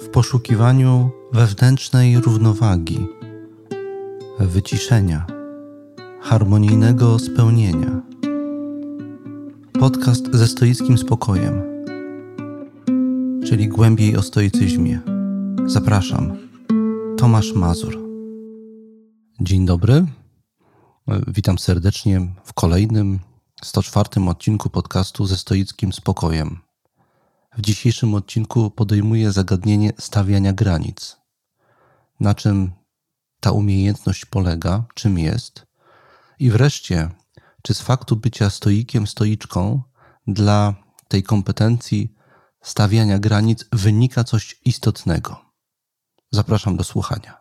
w poszukiwaniu wewnętrznej równowagi, wyciszenia, harmonijnego spełnienia. Podcast ze stoickim spokojem, czyli głębiej o stoicyzmie. Zapraszam, Tomasz Mazur. Dzień dobry, witam serdecznie w kolejnym 104. odcinku podcastu ze stoickim spokojem. W dzisiejszym odcinku podejmuję zagadnienie stawiania granic. Na czym ta umiejętność polega, czym jest i wreszcie, czy z faktu bycia stoikiem, stoiczką dla tej kompetencji stawiania granic wynika coś istotnego. Zapraszam do słuchania.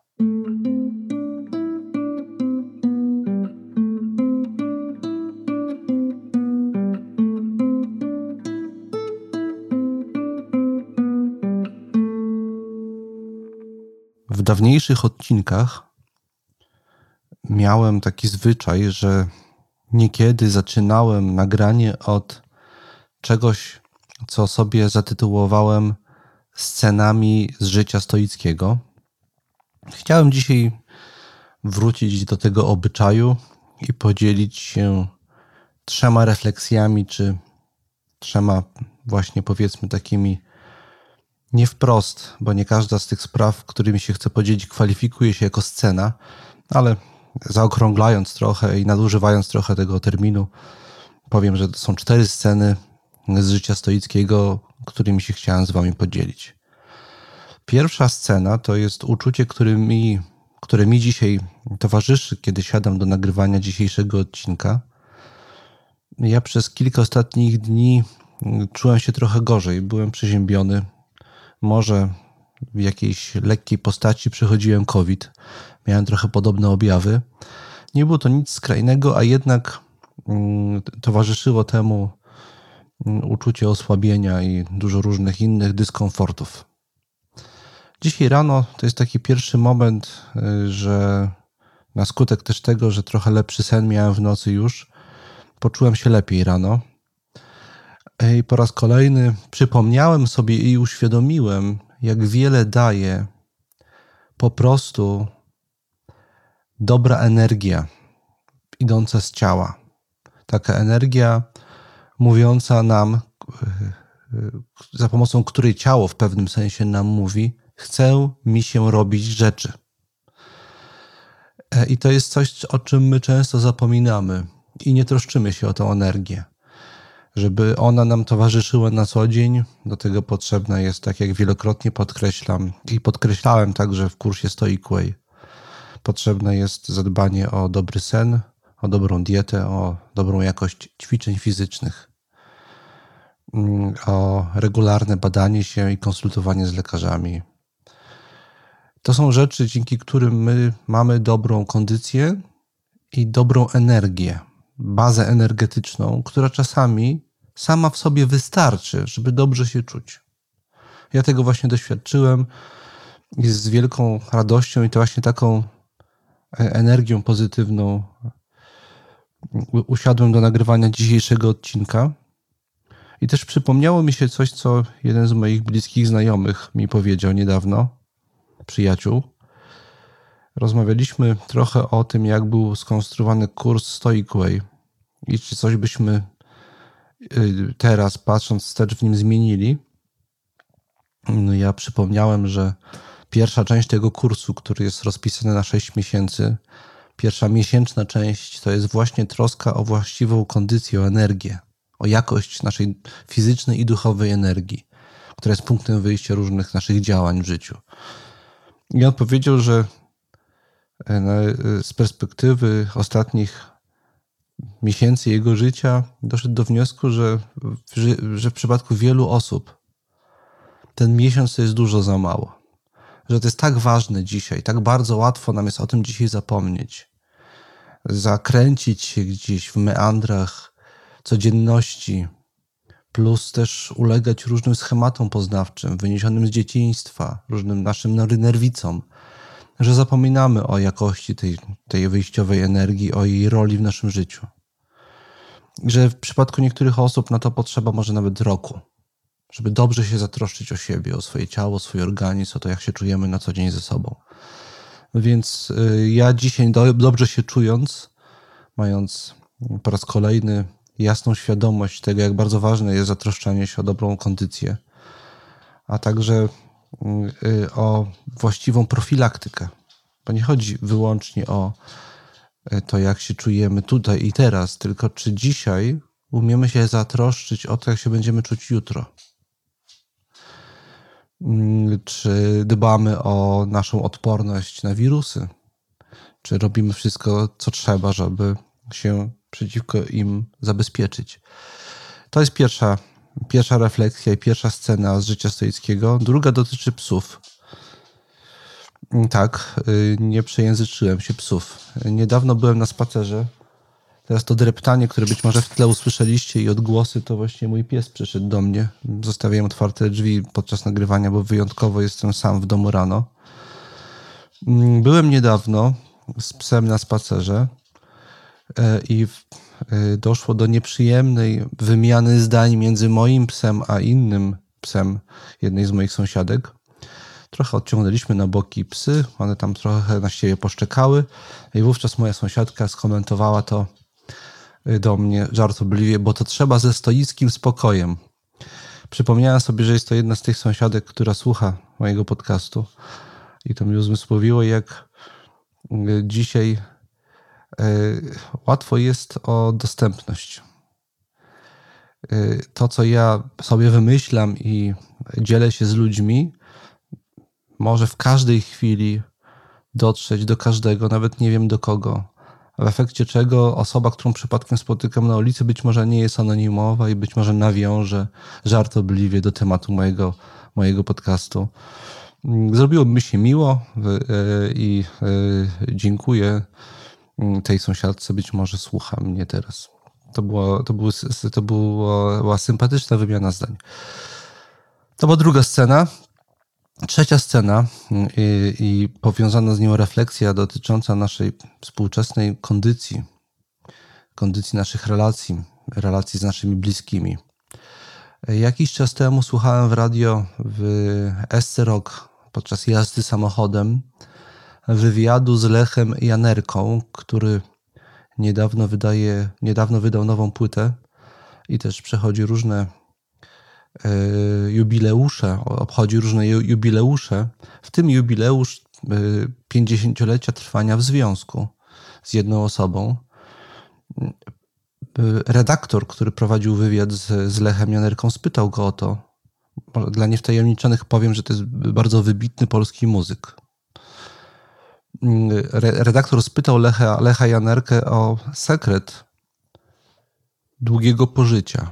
W dawniejszych odcinkach miałem taki zwyczaj, że niekiedy zaczynałem nagranie od czegoś, co sobie zatytułowałem scenami z życia stoickiego. Chciałem dzisiaj wrócić do tego obyczaju i podzielić się 3 refleksjami, czy 3 właśnie powiedzmy takimi nie wprost, bo nie każda z tych spraw, którymi się chcę podzielić, kwalifikuje się jako scena, ale zaokrąglając trochę i nadużywając trochę tego terminu, powiem, że to są 4 sceny z życia stoickiego, którymi się chciałem z wami podzielić. Pierwsza scena to jest uczucie, które mi dzisiaj towarzyszy, kiedy siadam do nagrywania dzisiejszego odcinka. Ja przez kilka ostatnich dni czułem się trochę gorzej, byłem przeziębiony. Może w jakiejś lekkiej postaci przechodziłem COVID. Miałem trochę podobne objawy. Nie było to nic skrajnego, a jednak towarzyszyło temu uczucie osłabienia i dużo różnych innych dyskomfortów. Dzisiaj rano to jest taki pierwszy moment, że na skutek też tego, że trochę lepszy sen miałem w nocy już, poczułem się lepiej rano. I po raz kolejny przypomniałem sobie i uświadomiłem, jak wiele daje po prostu dobra energia idąca z ciała. Taka energia mówiąca nam, za pomocą której ciało w pewnym sensie nam mówi: chce mi się robić rzeczy. I to jest coś, o czym my często zapominamy i nie troszczymy się o tę energię. Żeby ona nam towarzyszyła na co dzień, do tego potrzebna jest, tak jak wielokrotnie podkreślam i podkreślałem także w kursie Stoic Way, potrzebne jest zadbanie o dobry sen, o dobrą dietę, o dobrą jakość ćwiczeń fizycznych, o regularne badanie się i konsultowanie z lekarzami. To są rzeczy, dzięki którym my mamy dobrą kondycję i dobrą energię, bazę energetyczną, która czasami sama w sobie wystarczy, żeby dobrze się czuć. Ja tego właśnie doświadczyłem i z wielką radością i to właśnie taką energią pozytywną usiadłem do nagrywania dzisiejszego odcinka. I też przypomniało mi się coś, co jeden z moich bliskich znajomych mi powiedział niedawno, przyjaciół. Rozmawialiśmy trochę o tym, jak był skonstruowany kurs Stoic Way i czy coś byśmy teraz, patrząc wstecz, w nim zmienili. Ja przypomniałem, że pierwsza część tego kursu, który jest rozpisany na 6 miesięcy, pierwsza miesięczna część to jest właśnie troska o właściwą kondycję, o energię, o jakość naszej fizycznej i duchowej energii, która jest punktem wyjścia różnych naszych działań w życiu. I on powiedział, że z perspektywy ostatnich miesięcy jego życia doszedł do wniosku, że w przypadku wielu osób ten miesiąc to jest dużo za mało. Że to jest tak ważne dzisiaj, tak bardzo łatwo nam jest o tym dzisiaj zapomnieć. Zakręcić się gdzieś w meandrach codzienności, plus też ulegać różnym schematom poznawczym, wyniesionym z dzieciństwa, różnym naszym nerwicom, że zapominamy o jakości tej wyjściowej energii, o jej roli w naszym życiu. Że w przypadku niektórych osób na to potrzeba może nawet roku, żeby dobrze się zatroszczyć o siebie, o swoje ciało, o swój organizm, o to, jak się czujemy na co dzień ze sobą. Więc ja dzisiaj dobrze się czując, mając po raz kolejny jasną świadomość tego, jak bardzo ważne jest zatroszczanie się o dobrą kondycję, a także o właściwą profilaktykę. Bo nie chodzi wyłącznie o to, jak się czujemy tutaj i teraz, tylko czy dzisiaj umiemy się zatroszczyć o to, jak się będziemy czuć jutro. Czy dbamy o naszą odporność na wirusy? Czy robimy wszystko, co trzeba, żeby się przeciwko im zabezpieczyć? To jest pierwsza refleksja i pierwsza scena z życia stoickiego. Druga dotyczy psów. Tak, nie przejęzyczyłem się psów. Niedawno byłem na spacerze. Teraz to dreptanie, które być może w tle usłyszeliście i odgłosy, to właśnie mój pies przyszedł do mnie. Zostawiłem otwarte drzwi podczas nagrywania, bo wyjątkowo jestem sam w domu rano. Byłem niedawno z psem na spacerze i doszło do nieprzyjemnej wymiany zdań między moim psem a innym psem jednej z moich sąsiadek. Trochę odciągnęliśmy na boki psy, one tam trochę na siebie poszczekały i wówczas moja sąsiadka skomentowała to do mnie żartobliwie, bo to trzeba ze stoickim spokojem. Przypomniałem sobie, że jest to jedna z tych sąsiadek, która słucha mojego podcastu i to mi uzmysłowiło, jak dzisiaj łatwo jest o dostępność. To, co ja sobie wymyślam i dzielę się z ludźmi, może w każdej chwili dotrzeć do każdego, nawet nie wiem do kogo. W efekcie czego osoba, którą przypadkiem spotykam na ulicy, być może nie jest anonimowa i być może nawiąże żartobliwie do tematu mojego podcastu. Zrobiło mi się miło i dziękuję tej sąsiadce, być może słucha mnie teraz. To była sympatyczna wymiana zdań. To była druga scena. Trzecia scena i powiązana z nią refleksja dotycząca naszej współczesnej kondycji naszych relacji z naszymi bliskimi. Jakiś czas temu słuchałem w radio w SC Rock podczas jazdy samochodem wywiadu z Lechem Janerką, który niedawno wydał nową płytę i też przechodzi różne jubileusze, obchodzi różne jubileusze, w tym jubileusz 50-lecia trwania w związku z jedną osobą. Redaktor, który prowadził wywiad z Lechem Janerką, spytał go o to. Dla niewtajemniczonych powiem, że to jest bardzo wybitny polski muzyk. Redaktor spytał Lecha Janerkę o sekret długiego pożycia.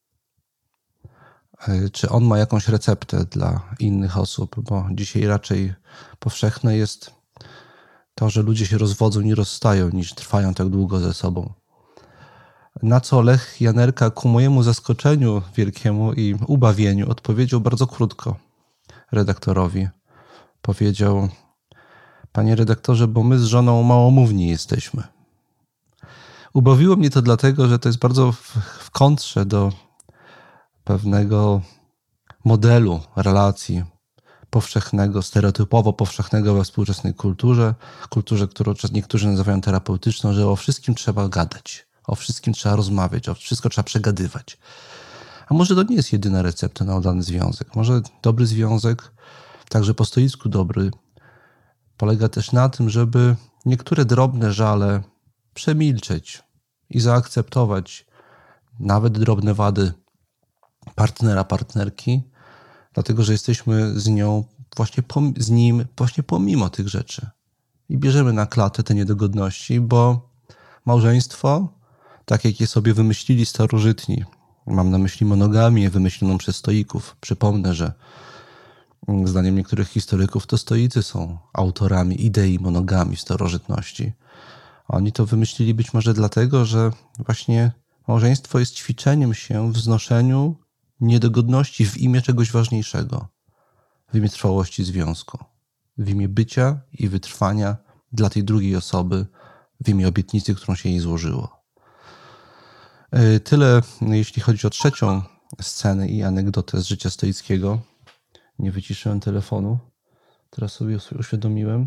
Czy on ma jakąś receptę dla innych osób, bo dzisiaj raczej powszechne jest to, że ludzie się rozwodzą i rozstają, niż trwają tak długo ze sobą. Na co Lech Janerka ku mojemu zaskoczeniu wielkiemu i ubawieniu odpowiedział bardzo krótko redaktorowi. Powiedział: panie redaktorze, bo my z żoną małomówni jesteśmy. Ubawiło mnie to dlatego, że to jest bardzo w kontrze do pewnego modelu relacji powszechnego, stereotypowo powszechnego we współczesnej kulturze, którą niektórzy nazywają terapeutyczną, że o wszystkim trzeba gadać, o wszystkim trzeba rozmawiać, o wszystko trzeba przegadywać. A może to nie jest jedyna recepta na udany związek. Może dobry związek, także po stoicku dobry, polega też na tym, żeby niektóre drobne żale przemilczeć i zaakceptować nawet drobne wady partnera, partnerki, dlatego że jesteśmy z nim właśnie pomimo tych rzeczy. I bierzemy na klatę te niedogodności, bo małżeństwo, tak jak je sobie wymyślili starożytni, mam na myśli monogamię wymyśloną przez stoików. Przypomnę, że zdaniem niektórych historyków to stoicy są autorami idei monogami w starożytności. Oni to wymyślili być może dlatego, że właśnie małżeństwo jest ćwiczeniem się w znoszeniu niedogodności w imię czegoś ważniejszego, w imię trwałości związku, w imię bycia i wytrwania dla tej drugiej osoby, w imię obietnicy, którą się jej złożyło. Tyle, jeśli chodzi o trzecią scenę i anegdotę z życia stoickiego. Nie wyciszyłem telefonu. Teraz sobie uświadomiłem.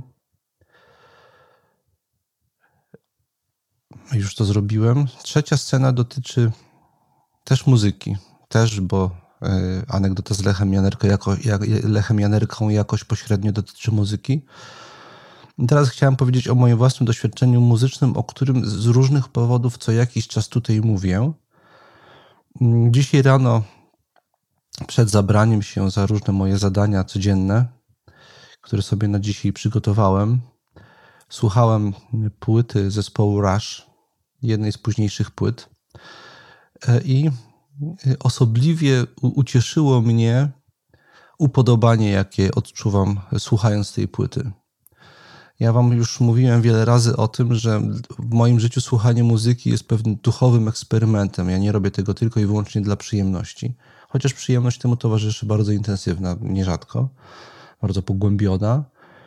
Już to zrobiłem. Trzecia scena dotyczy też muzyki. Też, bo anegdota z Lechem Janerką jakoś pośrednio dotyczy muzyki. I teraz chciałem powiedzieć o moim własnym doświadczeniu muzycznym, o którym z różnych powodów co jakiś czas tutaj mówię. Dzisiaj rano, przed zabraniem się za różne moje zadania codzienne, które sobie na dzisiaj przygotowałem, słuchałem płyty zespołu Rush, jednej z późniejszych płyt, i osobliwie ucieszyło mnie upodobanie, jakie odczuwam słuchając tej płyty. Ja wam już mówiłem wiele razy o tym, że w moim życiu słuchanie muzyki jest pewnym duchowym eksperymentem. Ja nie robię tego tylko i wyłącznie dla przyjemności. Chociaż przyjemność temu towarzyszy bardzo intensywna, nierzadko, bardzo pogłębiona.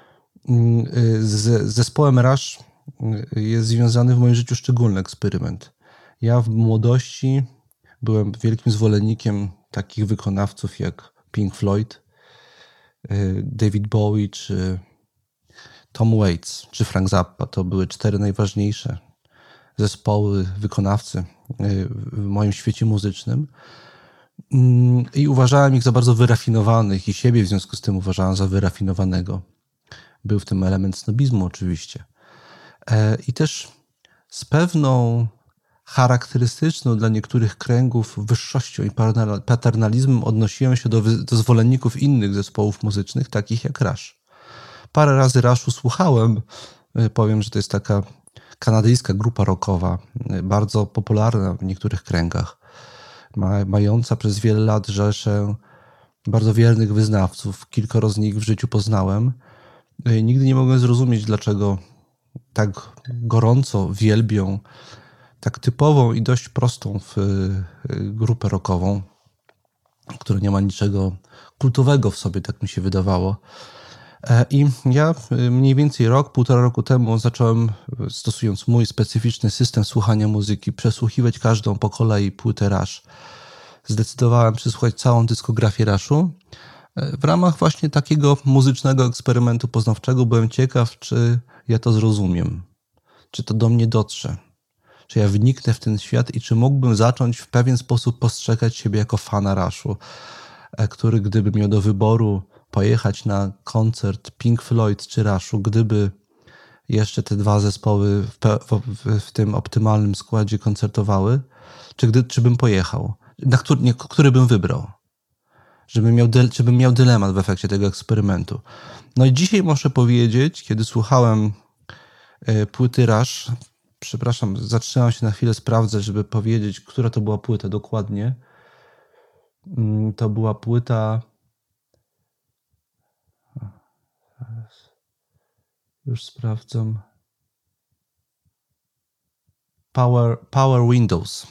Z zespołem Rush jest związany w moim życiu szczególny eksperyment. Ja w młodości byłem wielkim zwolennikiem takich wykonawców jak Pink Floyd, David Bowie czy Tom Waits czy Frank Zappa. To były 4 najważniejsze zespoły, wykonawcy w moim świecie muzycznym. I uważałem ich za bardzo wyrafinowanych i siebie w związku z tym uważałem za wyrafinowanego. Był w tym element snobizmu oczywiście. I też z pewną charakterystyczną dla niektórych kręgów wyższością i paternalizmem odnosiłem się do zwolenników innych zespołów muzycznych, takich jak Rush. Parę razy Rushu słuchałem. Powiem, że to jest taka kanadyjska grupa rockowa, bardzo popularna w niektórych kręgach, mająca przez wiele lat rzeszę bardzo wiernych wyznawców. Kilkoro z nich w życiu poznałem. Nigdy nie mogłem zrozumieć, dlaczego tak gorąco wielbią tak typową i dość prostą grupę rockową, która nie ma niczego kultowego w sobie, tak mi się wydawało. I ja mniej więcej półtora roku temu zacząłem, stosując mój specyficzny system słuchania muzyki, przesłuchiwać każdą po kolei płytę Rush. Zdecydowałem przesłuchać całą dyskografię Rushu. W ramach właśnie takiego muzycznego eksperymentu poznawczego byłem ciekaw, czy ja to zrozumiem, czy to do mnie dotrze, czy ja wniknę w ten świat i czy mógłbym zacząć w pewien sposób postrzegać siebie jako fana Rushu, który gdyby miał do wyboru pojechać na koncert Pink Floyd czy Rushu, gdyby jeszcze te 2 zespoły w tym optymalnym składzie koncertowały, czy bym pojechał, który bym wybrał, żebym miał dylemat w efekcie tego eksperymentu. No i dzisiaj muszę powiedzieć, kiedy słuchałem płyty Rush, przepraszam, zatrzymam się na chwilę, sprawdzę, żeby powiedzieć, która to była płyta dokładnie. To była płyta... Już sprawdzam. Power Windows.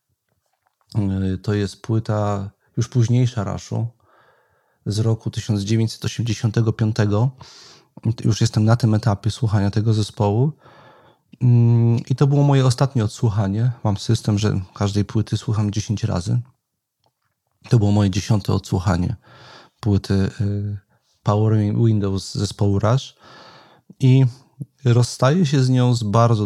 To jest płyta już późniejsza Rushu z roku 1985. Już jestem na tym etapie słuchania tego zespołu. I to było moje ostatnie odsłuchanie. Mam system, że każdej płyty słucham 10 razy. To było moje 10. odsłuchanie płyty Power Windows zespołu Rush. I rozstaję się z nią z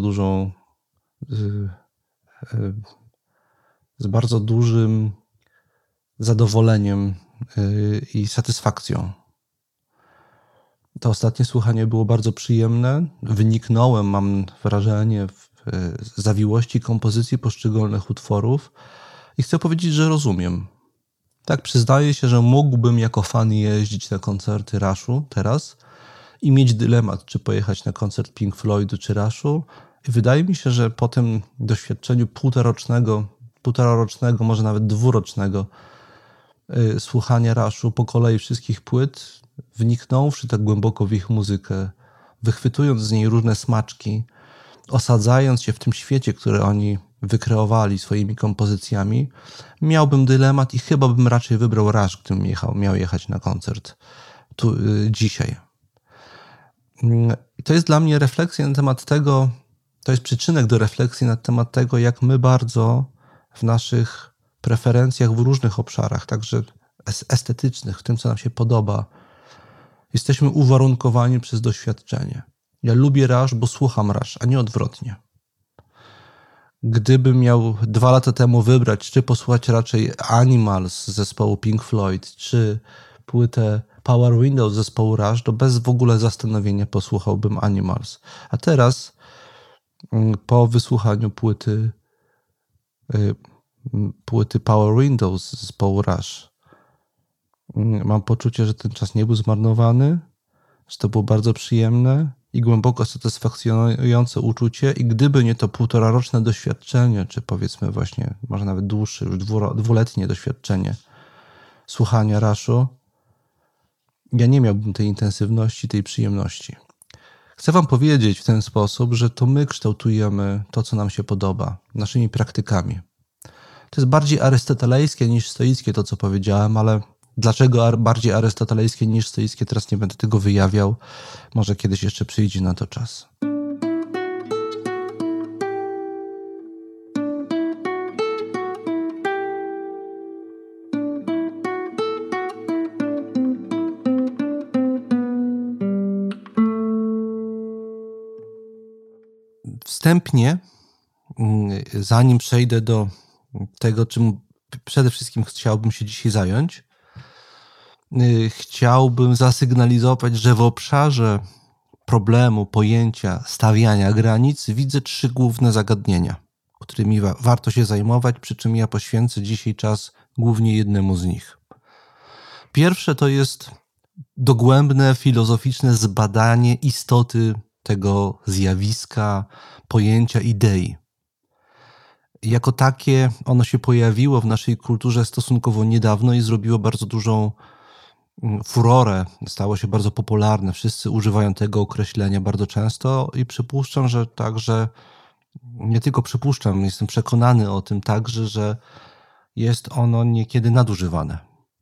bardzo dużym zadowoleniem i satysfakcją. To ostatnie słuchanie było bardzo przyjemne. Wyniknąłem, mam wrażenie, w zawiłości kompozycji poszczególnych utworów i chcę powiedzieć, że rozumiem. Tak, przyznaję się, że mógłbym jako fan jeździć na koncerty Rushu teraz i mieć dylemat, czy pojechać na koncert Pink Floydu czy Rushu. I wydaje mi się, że po tym doświadczeniu półtorarocznego, może nawet 2-rocznego słuchania Rushu po kolei wszystkich płyt, wniknąwszy tak głęboko w ich muzykę, wychwytując z niej różne smaczki, osadzając się w tym świecie, który oni wykreowali swoimi kompozycjami, miałbym dylemat i chyba bym raczej wybrał Rush, gdybym miał jechać na koncert dzisiaj. I to jest dla mnie refleksja na temat tego, to jest przyczynek do refleksji na temat tego, jak my bardzo w naszych preferencjach w różnych obszarach, także estetycznych, w tym, co nam się podoba. Jesteśmy uwarunkowani przez doświadczenie. Ja lubię Rush, bo słucham Rush, a nie odwrotnie. Gdybym miał 2 lata temu wybrać, czy posłuchać raczej Animals z zespołu Pink Floyd, czy płytę Power Windows z zespołu Rush, to bez w ogóle zastanowienia posłuchałbym Animals. A teraz po wysłuchaniu płyty Power Windows z zespołu Rush mam poczucie, że ten czas nie był zmarnowany, że to było bardzo przyjemne i głęboko satysfakcjonujące uczucie i gdyby nie to 1,5-roczne doświadczenie, czy powiedzmy właśnie może nawet dłuższe, już 2-letnie doświadczenie słuchania Rushu, ja nie miałbym tej intensywności, tej przyjemności. Chcę wam powiedzieć w ten sposób, że to my kształtujemy to, co nam się podoba, naszymi praktykami. To jest bardziej arystotelejskie niż stoickie to, co powiedziałem, ale dlaczego bardziej arystotelejskie niż stoickie, teraz nie będę tego wyjawiał. Może kiedyś jeszcze przyjdzie na to czas. Wstępnie, zanim przejdę do tego, czym przede wszystkim chciałbym się dzisiaj zająć, chciałbym zasygnalizować, że w obszarze problemu, pojęcia stawiania granic widzę 3 główne zagadnienia, którymi warto się zajmować, przy czym ja poświęcę dzisiaj czas głównie jednemu z nich. Pierwsze to jest dogłębne, filozoficzne zbadanie istoty tego zjawiska, pojęcia, idei. Jako takie ono się pojawiło w naszej kulturze stosunkowo niedawno i zrobiło bardzo dużą furorę, stało się bardzo popularne. Wszyscy używają tego określenia bardzo często i przypuszczam, że także, nie tylko przypuszczam, jestem przekonany o tym także, że jest ono niekiedy nadużywane.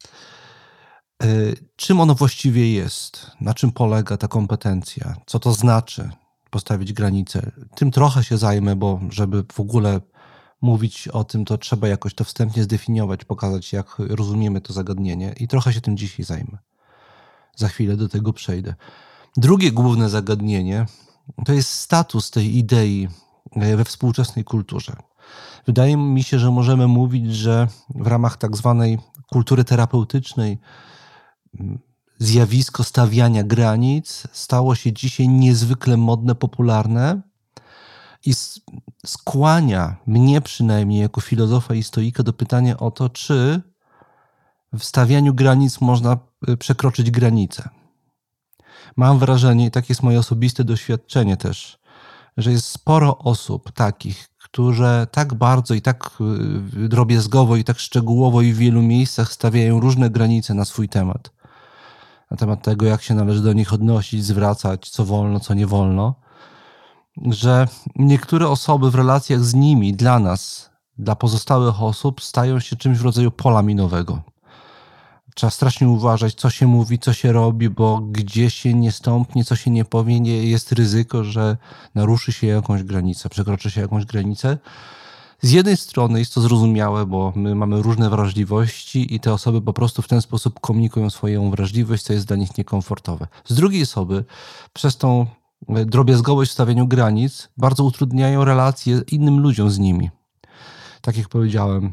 Czym ono właściwie jest? Na czym polega ta kompetencja? Co to znaczy postawić granicę? Tym trochę się zajmę, bo żeby w ogóle mówić o tym, to trzeba jakoś to wstępnie zdefiniować, pokazać, jak rozumiemy to zagadnienie i trochę się tym dzisiaj zajmę. Za chwilę do tego przejdę. Drugie główne zagadnienie to jest status tej idei we współczesnej kulturze. Wydaje mi się, że możemy mówić, że w ramach tak zwanej kultury terapeutycznej zjawisko stawiania granic stało się dzisiaj niezwykle modne, popularne i skłania mnie przynajmniej jako filozofa i stoika do pytania o to, czy w stawianiu granic można przekroczyć granice. Mam wrażenie, i tak jest moje osobiste doświadczenie też, że jest sporo osób takich, które tak bardzo i tak drobiazgowo i tak szczegółowo i w wielu miejscach stawiają różne granice na swój temat. Na temat tego, jak się należy do nich odnosić, zwracać, co wolno, co nie wolno, że niektóre osoby w relacjach z nimi, dla nas, dla pozostałych osób, stają się czymś w rodzaju pola minowego. Trzeba strasznie uważać, co się mówi, co się robi, bo gdzie się nie stąpnie, co się nie powie, jest ryzyko, że naruszy się jakąś granicę, przekroczy się jakąś granicę. Z jednej strony jest to zrozumiałe, bo my mamy różne wrażliwości i te osoby po prostu w ten sposób komunikują swoją wrażliwość, co jest dla nich niekomfortowe. Z drugiej strony, przez tą drobiazgowość w stawianiu granic bardzo utrudniają relacje innym ludziom z nimi. Tak jak powiedziałem,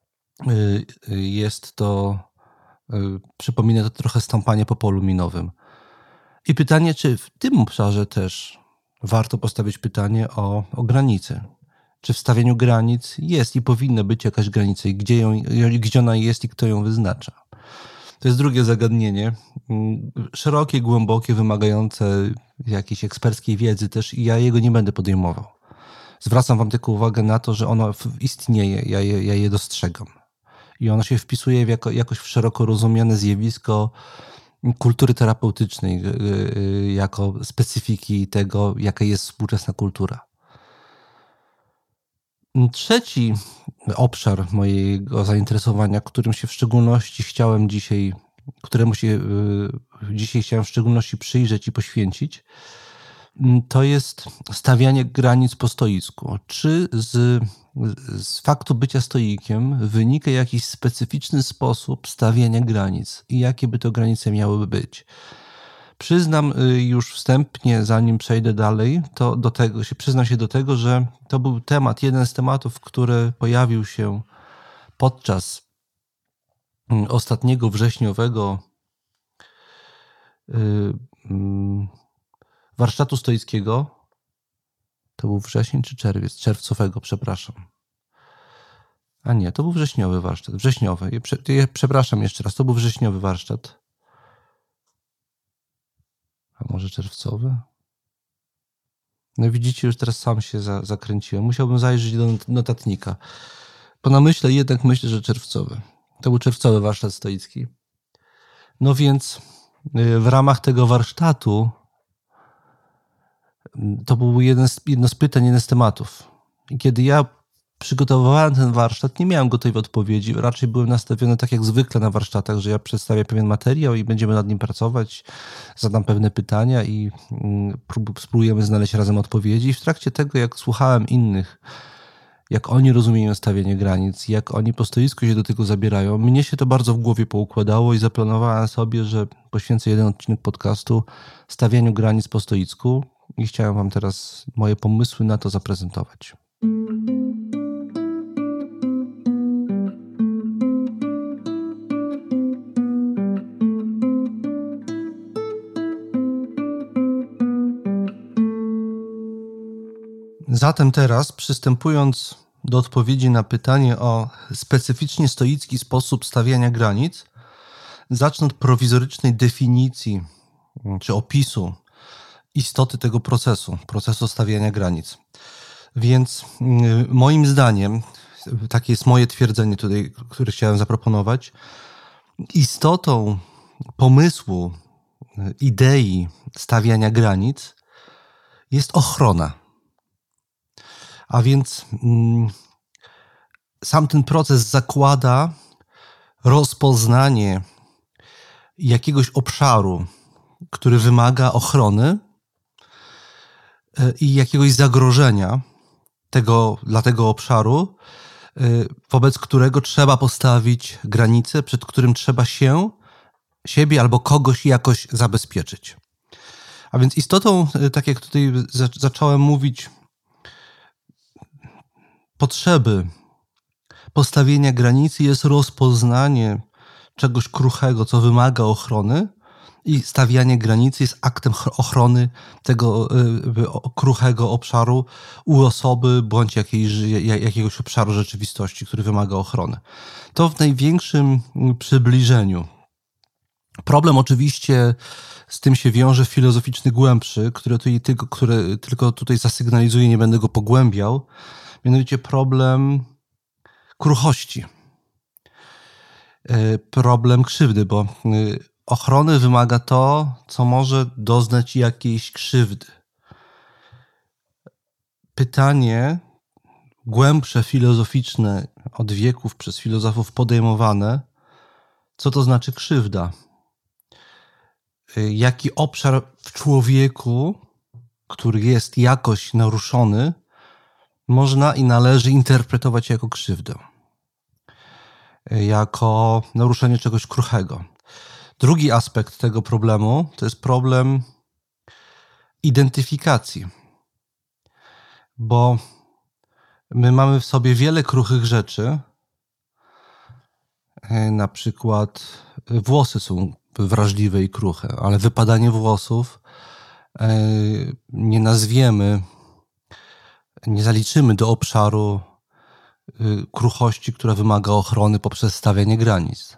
jest to, przypomina to trochę stąpanie po polu minowym. I pytanie, czy w tym obszarze też warto postawić pytanie o granice. Czy w stawianiu granic jest i powinna być jakaś granica i gdzie ona jest i kto ją wyznacza. To jest drugie zagadnienie, szerokie, głębokie, wymagające jakiejś eksperckiej wiedzy też i ja jego nie będę podejmował. Zwracam wam tylko uwagę na to, że ono istnieje, ja je dostrzegam. I ono się wpisuje w jakoś w szeroko rozumiane zjawisko kultury terapeutycznej, jako specyfiki tego, jaka jest współczesna kultura. Trzeci obszar mojego zainteresowania, któremu się w szczególności chciałem dzisiaj w szczególności przyjrzeć i poświęcić, to jest stawianie granic po stoicku. Czy z faktu bycia stoikiem wynika jakiś specyficzny sposób stawiania granic i jakie by to granice miały być? Przyznam już wstępnie, zanim przejdę dalej, przyznam się do tego, że to był jeden z tematów, który pojawił się podczas ostatniego wrześniowego warsztatu stoickiego. To był wrzesień czy czerwiec? Czerwcowego, przepraszam. A nie, to był wrześniowy warsztat. Wrześniowy. Przepraszam jeszcze raz, to był wrześniowy warsztat. A może czerwcowy? No widzicie, już teraz sam się zakręciłem. Musiałbym zajrzeć do notatnika. Po namyśle jednak myślę, że czerwcowy. To był czerwcowy warsztat stoicki. No więc w ramach tego warsztatu to był jedno z pytań, jeden z tematów. I kiedy ja przygotowywałem ten warsztat, nie miałem gotowej odpowiedzi. Raczej byłem nastawiony tak jak zwykle na warsztatach, że ja przedstawię pewien materiał i będziemy nad nim pracować, zadam pewne pytania i spróbujemy znaleźć razem odpowiedzi. I w trakcie tego, jak słuchałem innych, jak oni rozumieją stawianie granic, jak oni po stoisku się do tego zabierają, mnie się to bardzo w głowie poukładało i zaplanowałem sobie, że poświęcę jeden odcinek podcastu stawianiu granic po stoicku i chciałem wam teraz moje pomysły na to zaprezentować. Zatem teraz, przystępując do odpowiedzi na pytanie o specyficznie stoicki sposób stawiania granic, zacznę od prowizorycznej definicji czy opisu istoty tego procesu stawiania granic. Więc moim zdaniem, takie jest moje twierdzenie tutaj, które chciałem zaproponować, istotą pomysłu, idei stawiania granic jest ochrona. A więc sam ten proces zakłada rozpoznanie jakiegoś obszaru, który wymaga ochrony i jakiegoś zagrożenia dla tego obszaru, wobec którego trzeba postawić granicę, przed którym trzeba siebie albo kogoś jakoś zabezpieczyć. A więc istotą, tak jak tutaj zacząłem mówić, potrzeby postawienia granicy jest rozpoznanie czegoś kruchego, co wymaga ochrony, i stawianie granicy jest aktem ochrony tego kruchego obszaru u osoby bądź jakiegoś obszaru rzeczywistości, który wymaga ochrony. To w największym przybliżeniu. Problem oczywiście z tym się wiąże filozoficzny, głębszy, który tylko tutaj zasygnalizuję, nie będę go pogłębiał. Mianowicie problem kruchości. Problem krzywdy, bo ochrony wymaga to, co może doznać jakiejś krzywdy. Pytanie głębsze, filozoficzne, od wieków przez filozofów podejmowane, co to znaczy krzywda? Jaki obszar w człowieku, który jest jakoś naruszony, można i należy interpretować jako krzywdę, jako naruszenie czegoś kruchego. Drugi aspekt tego problemu to jest problem identyfikacji, bo my mamy w sobie wiele kruchych rzeczy. Na przykład włosy są wrażliwe i kruche, ale wypadanie włosów nie zaliczymy do obszaru kruchości, która wymaga ochrony poprzez stawianie granic.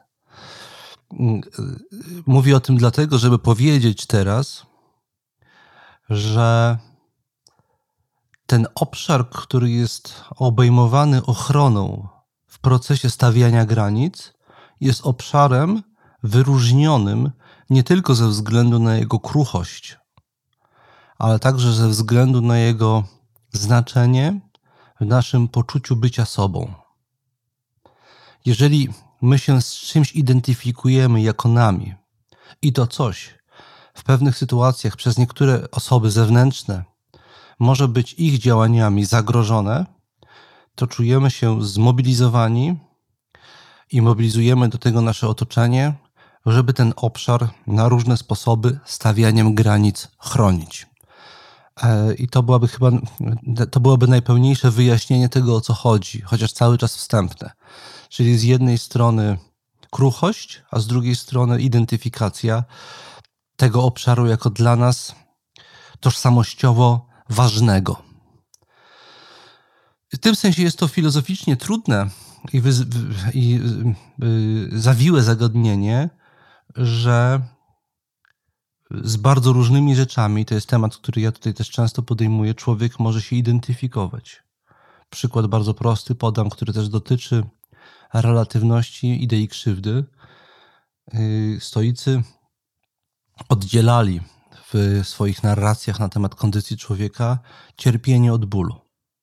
Mówię o tym dlatego, żeby powiedzieć teraz, że ten obszar, który jest obejmowany ochroną w procesie stawiania granic, jest obszarem wyróżnionym nie tylko ze względu na jego kruchość, ale także ze względu na jego znaczenie w naszym poczuciu bycia sobą. Jeżeli my się z czymś identyfikujemy jako nami i to coś w pewnych sytuacjach przez niektóre osoby zewnętrzne może być ich działaniami zagrożone, to czujemy się zmobilizowani i mobilizujemy do tego nasze otoczenie, żeby ten obszar na różne sposoby stawianiem granic chronić. I to byłoby najpełniejsze wyjaśnienie tego, o co chodzi, chociaż cały czas wstępne. Czyli z jednej strony kruchość, a z drugiej strony identyfikacja tego obszaru jako dla nas tożsamościowo ważnego. W tym sensie jest to filozoficznie trudne i zawiłe zagadnienie, że z bardzo różnymi rzeczami, to jest temat, który ja tutaj też często podejmuję, człowiek może się identyfikować. Przykład bardzo prosty podam, który też dotyczy relatywności idei krzywdy. Stoicy oddzielali w swoich narracjach na temat kondycji człowieka cierpienie od bólu.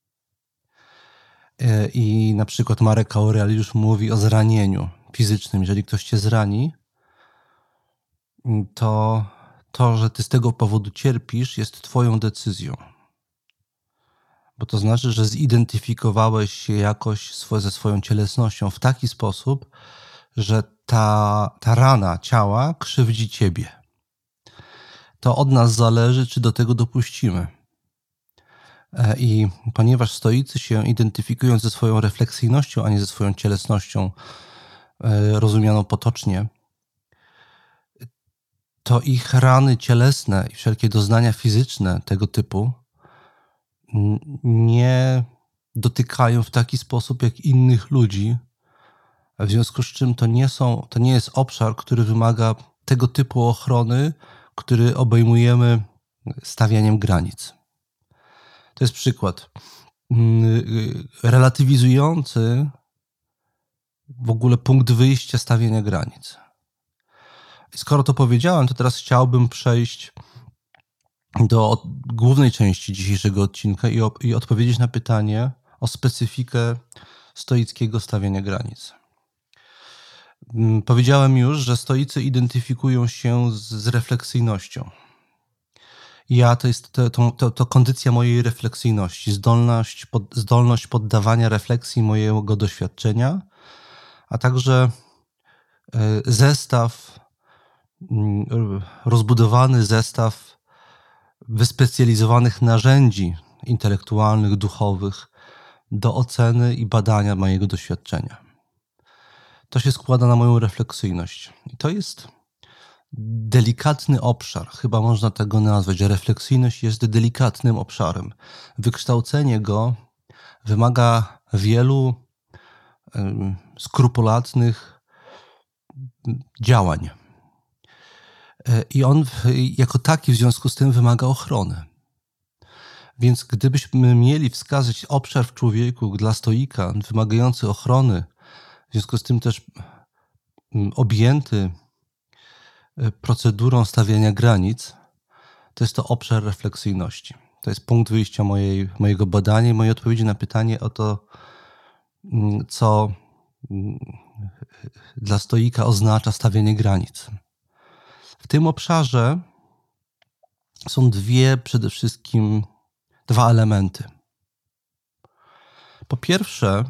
I na przykład Marek Aureliusz mówi o zranieniu fizycznym. Jeżeli ktoś cię zrani, to, że ty z tego powodu cierpisz, jest twoją decyzją. Bo to znaczy, że zidentyfikowałeś się jakoś ze swoją cielesnością w taki sposób, że ta rana ciała krzywdzi ciebie. To od nas zależy, czy do tego dopuścimy. I ponieważ stoicy się identyfikują ze swoją refleksyjnością, a nie ze swoją cielesnością rozumianą potocznie, to ich rany cielesne i wszelkie doznania fizyczne tego typu nie dotykają w taki sposób jak innych ludzi, w związku z czym to nie jest obszar, który wymaga tego typu ochrony, który obejmujemy stawianiem granic. To jest przykład relatywizujący w ogóle punkt wyjścia stawiania granic. Skoro to powiedziałem, to teraz chciałbym przejść do głównej części dzisiejszego odcinka i odpowiedzieć na pytanie o specyfikę stoickiego stawiania granic. Powiedziałem już, że stoicy identyfikują się z refleksyjnością. To kondycja mojej refleksyjności, zdolność poddawania refleksji mojego doświadczenia, a także rozbudowany zestaw wyspecjalizowanych narzędzi intelektualnych, duchowych do oceny i badania mojego doświadczenia. To się składa na moją refleksyjność. I to jest delikatny obszar, chyba można tego nazwać. Refleksyjność jest delikatnym obszarem. Wykształcenie go wymaga wielu skrupulatnych działań. I on jako taki w związku z tym wymaga ochrony. Więc gdybyśmy mieli wskazać obszar w człowieku dla stoika wymagający ochrony, w związku z tym też objęty procedurą stawiania granic, to jest to obszar refleksyjności. To jest punkt wyjścia mojego badania i mojej odpowiedzi na pytanie o to, co dla stoika oznacza stawianie granic. W tym obszarze są przede wszystkim dwa elementy. Po pierwsze,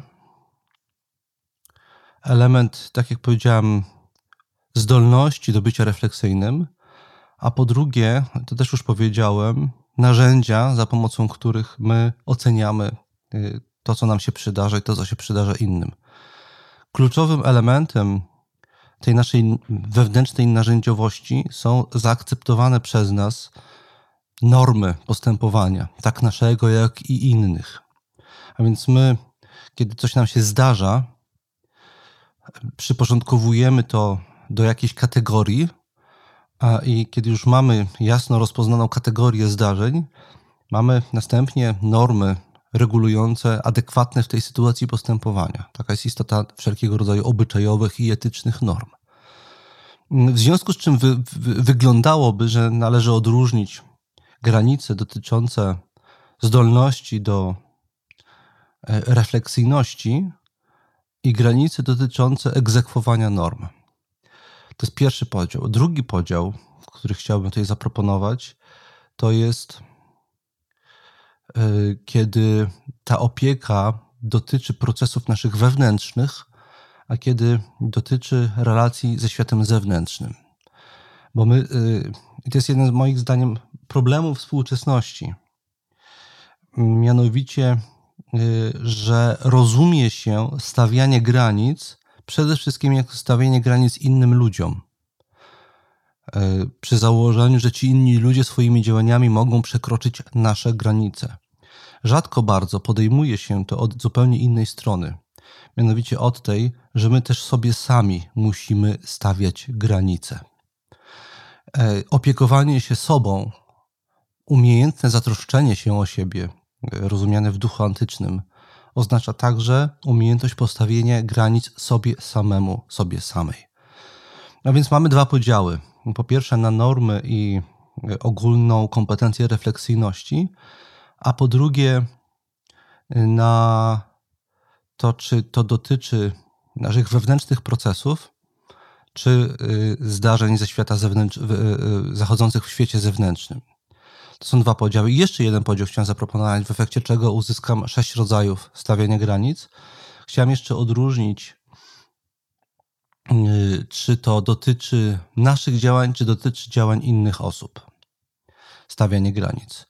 element, tak jak powiedziałem, zdolności do bycia refleksyjnym, a po drugie, to też już powiedziałem, narzędzia, za pomocą których my oceniamy to, co nam się przydarza i to, co się przydarza innym. Kluczowym elementem tej naszej wewnętrznej narzędziowości są zaakceptowane przez nas normy postępowania, tak naszego, jak i innych. A więc my, kiedy coś nam się zdarza, przyporządkowujemy to do jakiejś kategorii, i kiedy już mamy jasno rozpoznaną kategorię zdarzeń, mamy następnie normy regulujące adekwatne w tej sytuacji postępowania. Taka jest istota wszelkiego rodzaju obyczajowych i etycznych norm. W związku z czym wyglądałoby, że należy odróżnić granice dotyczące zdolności do refleksyjności i granice dotyczące egzekwowania norm. To jest pierwszy podział. Drugi podział, który chciałbym tutaj zaproponować, to jest kiedy ta opieka dotyczy procesów naszych wewnętrznych, a kiedy dotyczy relacji ze światem zewnętrznym. Bo to jest jeden z moich zdaniem problemów współczesności. Mianowicie, że rozumie się stawianie granic przede wszystkim jako stawianie granic innym ludziom. Przy założeniu, że ci inni ludzie swoimi działaniami mogą przekroczyć nasze granice. Rzadko bardzo podejmuje się to od zupełnie innej strony. Mianowicie od tej, że my też sobie sami musimy stawiać granice. Opiekowanie się sobą, umiejętne zatroszczenie się o siebie, rozumiane w duchu antycznym, oznacza także umiejętność postawienia granic sobie samemu, sobie samej. A więc mamy dwa podziały. Po pierwsze na normy i ogólną kompetencję refleksyjności, a po drugie na to, czy to dotyczy naszych wewnętrznych procesów, czy zdarzeń ze świata zachodzących w świecie zewnętrznym. To są dwa podziały. I jeszcze jeden podział chciałem zaproponować, w efekcie czego uzyskam 6 rodzajów stawiania granic. Chciałem jeszcze odróżnić, czy to dotyczy naszych działań, czy dotyczy działań innych osób. Stawianie granic.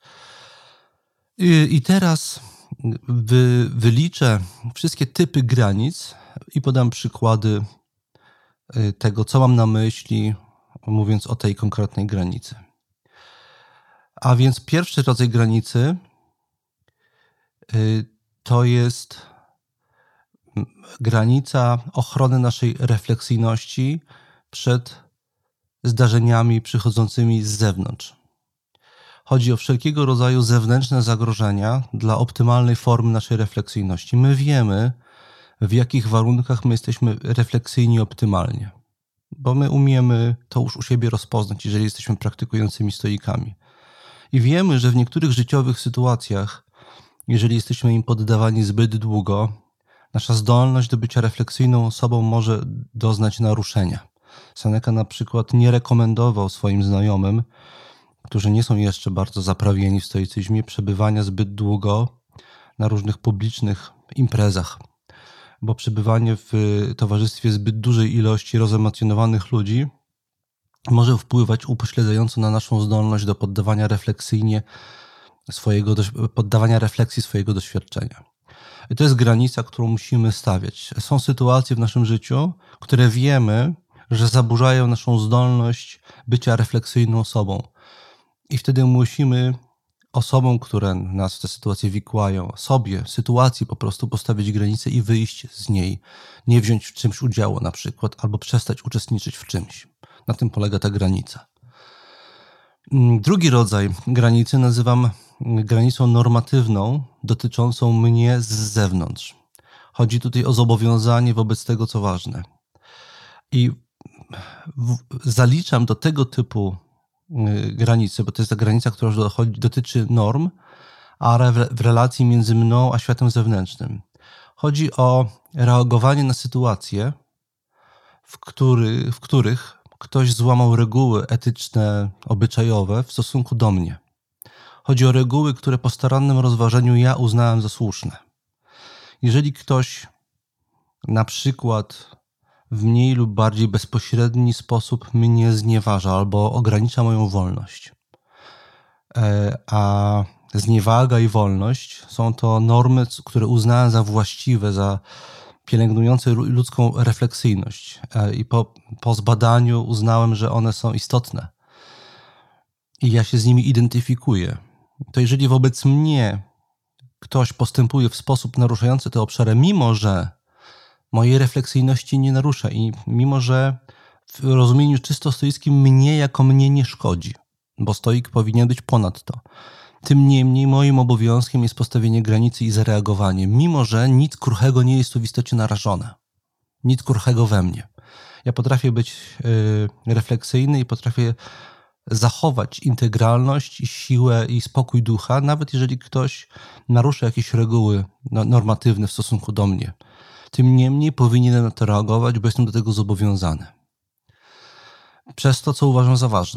I teraz wyliczę wszystkie typy granic i podam przykłady tego, co mam na myśli, mówiąc o tej konkretnej granicy. A więc pierwszy rodzaj granicy to jest granica ochrony naszej refleksyjności przed zdarzeniami przychodzącymi z zewnątrz. Chodzi o wszelkiego rodzaju zewnętrzne zagrożenia dla optymalnej formy naszej refleksyjności. My wiemy, w jakich warunkach my jesteśmy refleksyjni optymalnie, bo my umiemy to już u siebie rozpoznać, jeżeli jesteśmy praktykującymi stoikami. I wiemy, że w niektórych życiowych sytuacjach, jeżeli jesteśmy im poddawani zbyt długo, nasza zdolność do bycia refleksyjną osobą może doznać naruszenia. Seneca na przykład nie rekomendował swoim znajomym, którzy nie są jeszcze bardzo zaprawieni w stoicyzmie, przebywania zbyt długo na różnych publicznych imprezach, bo przebywanie w towarzystwie zbyt dużej ilości rozemocjonowanych ludzi może wpływać upośledzająco na naszą zdolność do poddawania refleksji swojego doświadczenia. I to jest granica, którą musimy stawiać. Są sytuacje w naszym życiu, które wiemy, że zaburzają naszą zdolność bycia refleksyjną osobą. I wtedy musimy osobom, które nas w tę sytuację wikłają, sobie, sytuacji po prostu postawić granicę i wyjść z niej. Nie wziąć w czymś udziału na przykład, albo przestać uczestniczyć w czymś. Na tym polega ta granica. Drugi rodzaj granicy nazywam granicą normatywną, dotyczącą mnie z zewnątrz. Chodzi tutaj o zobowiązanie wobec tego, co ważne. I zaliczam do tego typu granicy, bo to jest ta granica, która dotyczy norm, a w relacji między mną a światem zewnętrznym. Chodzi o reagowanie na sytuacje, w których ktoś złamał reguły etyczne, obyczajowe w stosunku do mnie. Chodzi o reguły, które po starannym rozważeniu ja uznałem za słuszne. Jeżeli ktoś na przykład w mniej lub bardziej bezpośredni sposób mnie znieważa albo ogranicza moją wolność, a zniewaga i wolność są to normy, które uznałem za właściwe, za pielęgnujące ludzką refleksyjność i po zbadaniu uznałem, że one są istotne i ja się z nimi identyfikuję, to jeżeli wobec mnie ktoś postępuje w sposób naruszający te obszary, mimo że mojej refleksyjności nie narusza i mimo że w rozumieniu czysto stoickim mnie jako mnie nie szkodzi, bo stoik powinien być ponad to. Tym niemniej moim obowiązkiem jest postawienie granicy i zareagowanie, mimo że nic kruchego nie jest tu w istocie narażone. Nic kruchego we mnie. Ja potrafię być refleksyjny i potrafię zachować integralność, siłę i spokój ducha, nawet jeżeli ktoś narusza jakieś reguły normatywne w stosunku do mnie. Tym niemniej powinienem na to reagować, bo jestem do tego zobowiązany. Przez to, co uważam za ważne.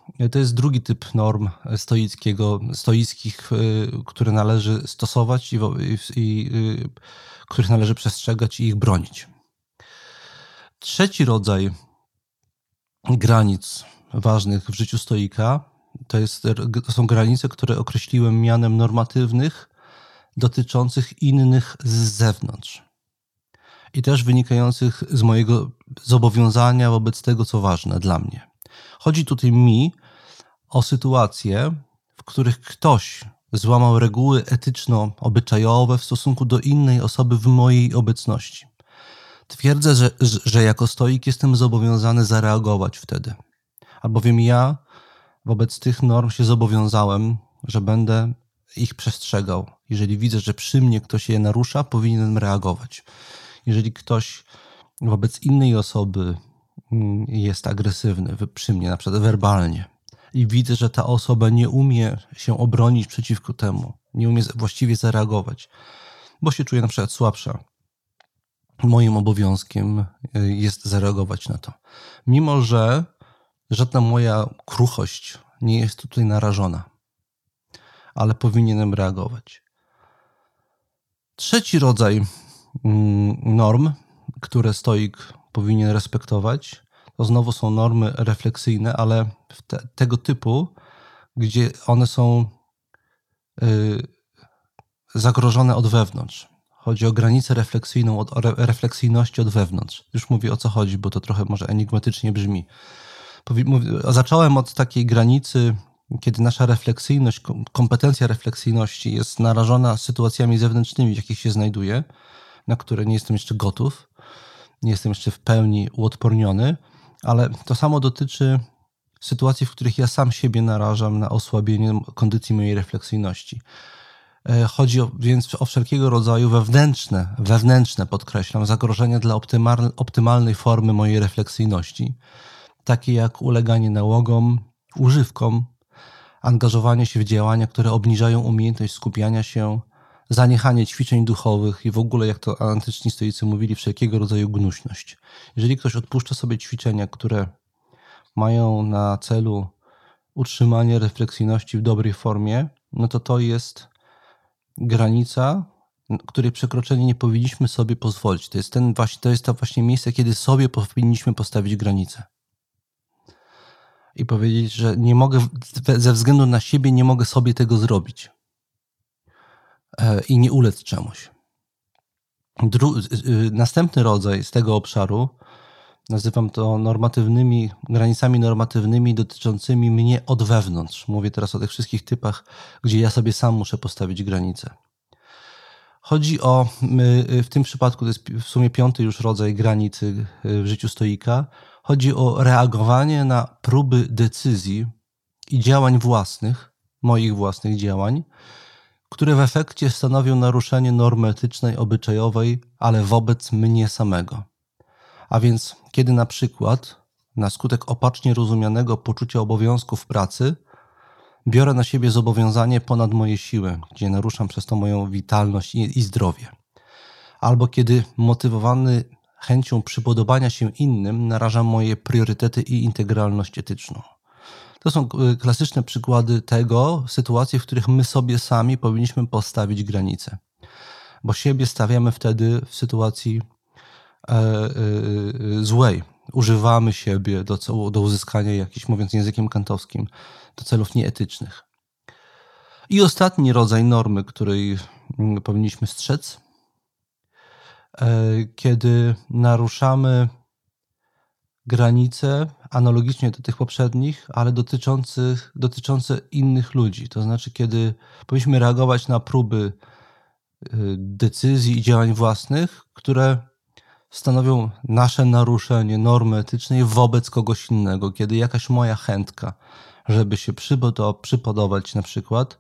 to jest drugi typ norm stoickich, które należy stosować i których należy przestrzegać i ich bronić. Trzeci rodzaj granic ważnych w życiu stoika to są granice, które określiłem mianem normatywnych, dotyczących innych z zewnątrz i też wynikających z mojego zobowiązania wobec tego, co ważne dla mnie. Chodzi tutaj o sytuacje, w których ktoś złamał reguły etyczno-obyczajowe w stosunku do innej osoby w mojej obecności. Twierdzę, że jako stoik jestem zobowiązany zareagować wtedy, albowiem ja wobec tych norm się zobowiązałem, że będę ich przestrzegał. Jeżeli widzę, że przy mnie ktoś je narusza, powinienem reagować. Jeżeli ktoś wobec innej osoby jest agresywny przy mnie, na przykład werbalnie, i widzę, że ta osoba nie umie się obronić przeciwko temu, nie umie właściwie zareagować, bo się czuje na przykład słabsza, moim obowiązkiem jest zareagować na to. Mimo że żadna moja kruchość nie jest tutaj narażona, ale powinienem reagować. Trzeci rodzaj norm, które stoik powinien respektować, to znowu są normy refleksyjne, ale tego typu, gdzie one są zagrożone od wewnątrz. Chodzi o granicę refleksyjności od wewnątrz. Już mówię, o co chodzi, bo to trochę może enigmatycznie brzmi. Zacząłem od takiej granicy, kiedy nasza refleksyjność, kompetencja refleksyjności jest narażona sytuacjami zewnętrznymi, w jakich się znajduję, na które nie jestem jeszcze gotów, nie jestem jeszcze w pełni uodporniony, ale to samo dotyczy sytuacji, w których ja sam siebie narażam na osłabienie kondycji mojej refleksyjności. Chodzi więc o wszelkiego rodzaju wewnętrzne, podkreślam, zagrożenia dla optymalnej formy mojej refleksyjności, takie jak uleganie nałogom, używkom, angażowanie się w działania, które obniżają umiejętność skupiania się, zaniechanie ćwiczeń duchowych i w ogóle, jak to antyczni stoicy mówili, wszelkiego rodzaju gnuśność. Jeżeli ktoś odpuszcza sobie ćwiczenia, które mają na celu utrzymanie refleksyjności w dobrej formie, no to jest granica, której przekroczenie nie powinniśmy sobie pozwolić. To jest to właśnie miejsce, kiedy sobie powinniśmy postawić granicę. I powiedzieć, że nie mogę, ze względu na siebie nie mogę sobie tego zrobić. I nie ulec czemuś. Następny rodzaj z tego obszaru nazywam to granicami normatywnymi dotyczącymi mnie od wewnątrz. Mówię teraz o tych wszystkich typach, gdzie ja sobie sam muszę postawić granicę. Chodzi w tym przypadku, to jest w sumie 5. już rodzaj granicy w życiu stoika, chodzi o reagowanie na próby decyzji i działań moich własnych działań, które w efekcie stanowią naruszenie normy etycznej, obyczajowej, ale wobec mnie samego. A więc kiedy na przykład na skutek opacznie rozumianego poczucia obowiązku w pracy biorę na siebie zobowiązanie ponad moje siły, gdzie naruszam przez to moją witalność i zdrowie. Albo kiedy motywowany chęcią przypodobania się innym narażam moje priorytety i integralność etyczną. To są klasyczne przykłady sytuacji, w których my sobie sami powinniśmy postawić granice. Bo siebie stawiamy wtedy w sytuacji złej. Używamy siebie do uzyskania jakichś, mówiąc językiem kantowskim, do celów nieetycznych. I ostatni rodzaj normy, której powinniśmy strzec, kiedy naruszamy granice analogicznie do tych poprzednich, ale dotyczące innych ludzi. To znaczy, kiedy powinniśmy reagować na próby decyzji i działań własnych, które stanowią nasze naruszenie normy etycznej wobec kogoś innego. Kiedy jakaś moja chętka, żeby się przypodobać na przykład,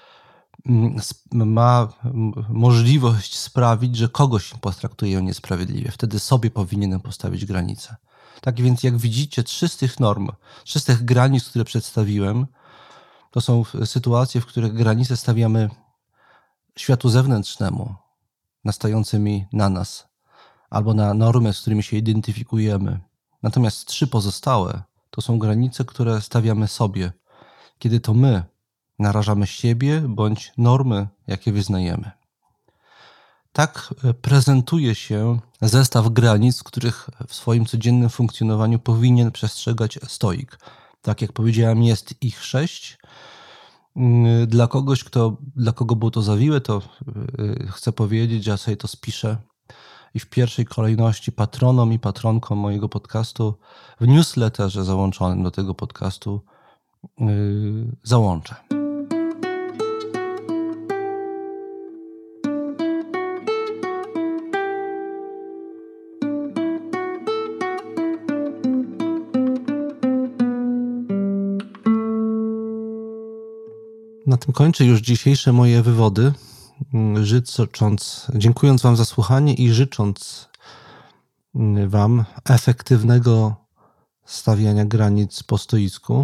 ma możliwość sprawić, że kogoś potraktuję niesprawiedliwie. Wtedy sobie powinienem postawić granicę. Tak więc jak widzicie, 3 z tych granic, które przedstawiłem, to są sytuacje, w których granice stawiamy światu zewnętrznemu, nastającymi na nas, albo na normy, z którymi się identyfikujemy. Natomiast 3 pozostałe to są granice, które stawiamy sobie, kiedy to my narażamy siebie bądź normy, jakie wyznajemy. Tak prezentuje się zestaw granic, których w swoim codziennym funkcjonowaniu powinien przestrzegać stoik. Tak jak powiedziałem, jest ich 6. Dla kogoś, dla kogo było to zawiłe, to chcę powiedzieć, że ja sobie to spiszę i w pierwszej kolejności patronom i patronkom mojego podcastu w newsletterze załączonym do tego podcastu załączę. Na tym kończę już dzisiejsze moje wywody, dziękując Wam za słuchanie i życząc Wam efektywnego stawiania granic po stoicku.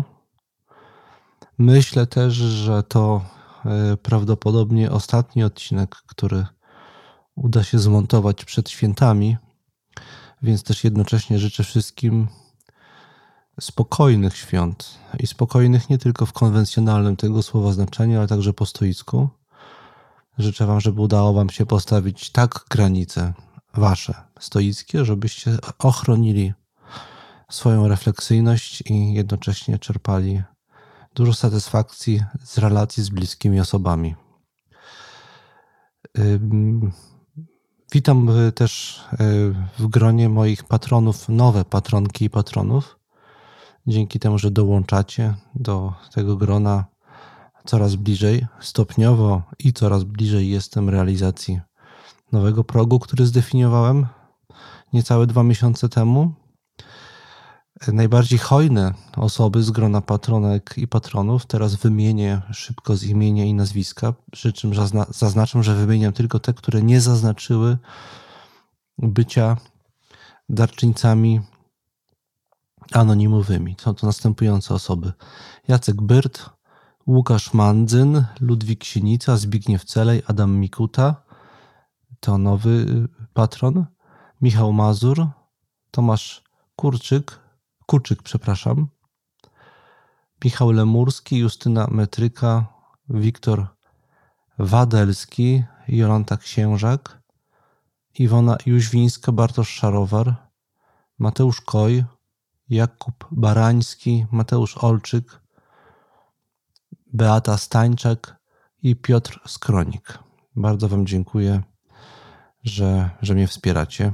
Myślę też, że to prawdopodobnie ostatni odcinek, który uda się zmontować przed świętami, więc też jednocześnie życzę wszystkim spokojnych świąt i spokojnych nie tylko w konwencjonalnym tego słowa znaczeniu, ale także po stoicku. Życzę Wam, żeby udało Wam się postawić tak granice Wasze stoickie, żebyście ochronili swoją refleksyjność i jednocześnie czerpali dużo satysfakcji z relacji z bliskimi osobami. Witam też w gronie moich patronów, nowe patronki i patronów. Dzięki temu, że dołączacie do tego grona coraz bliżej, stopniowo i coraz bliżej jestem realizacji nowego progu, który zdefiniowałem niecałe 2 miesiące temu. Najbardziej hojne osoby z grona patronek i patronów teraz wymienię szybko z imienia i nazwiska, przy czym zaznaczam, że wymieniam tylko te, które nie zaznaczyły bycia darczyńcami anonimowymi. Są to następujące osoby: Jacek Byrt, Łukasz Mandzyn, Ludwik Sienica, Zbigniew Celej, Adam Mikuta, to nowy patron, Michał Mazur, Tomasz Kurczyk, Michał Lemurski, Justyna Metryka, Wiktor Wadelski, Jolanta Księżak, Iwona Jóźwińska, Bartosz Szarowar, Mateusz Koj, Jakub Barański, Mateusz Olczyk, Beata Stańczak i Piotr Skronik. Bardzo Wam dziękuję, że mnie wspieracie.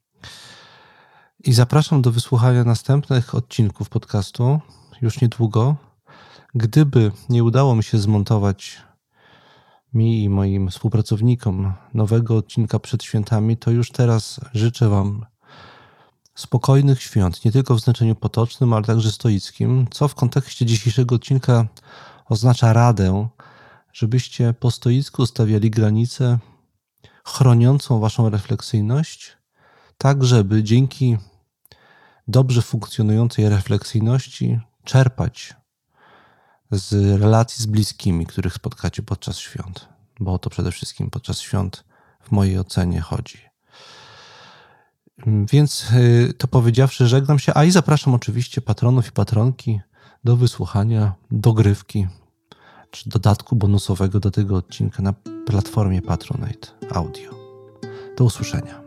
I zapraszam do wysłuchania następnych odcinków podcastu już niedługo. Gdyby nie udało mi się zmontować mi i moim współpracownikom nowego odcinka przed świętami, to już teraz życzę Wam spokojnych świąt, nie tylko w znaczeniu potocznym, ale także stoickim, co w kontekście dzisiejszego odcinka oznacza radę, żebyście po stoicku stawiali granicę chroniącą Waszą refleksyjność, tak żeby dzięki dobrze funkcjonującej refleksyjności czerpać z relacji z bliskimi, których spotkacie podczas świąt, bo o to przede wszystkim podczas świąt w mojej ocenie chodzi. Więc to powiedziawszy, żegnam się, a i zapraszam oczywiście patronów i patronki do wysłuchania dogrywki czy dodatku bonusowego do tego odcinka na platformie Patronite Audio. Do usłyszenia.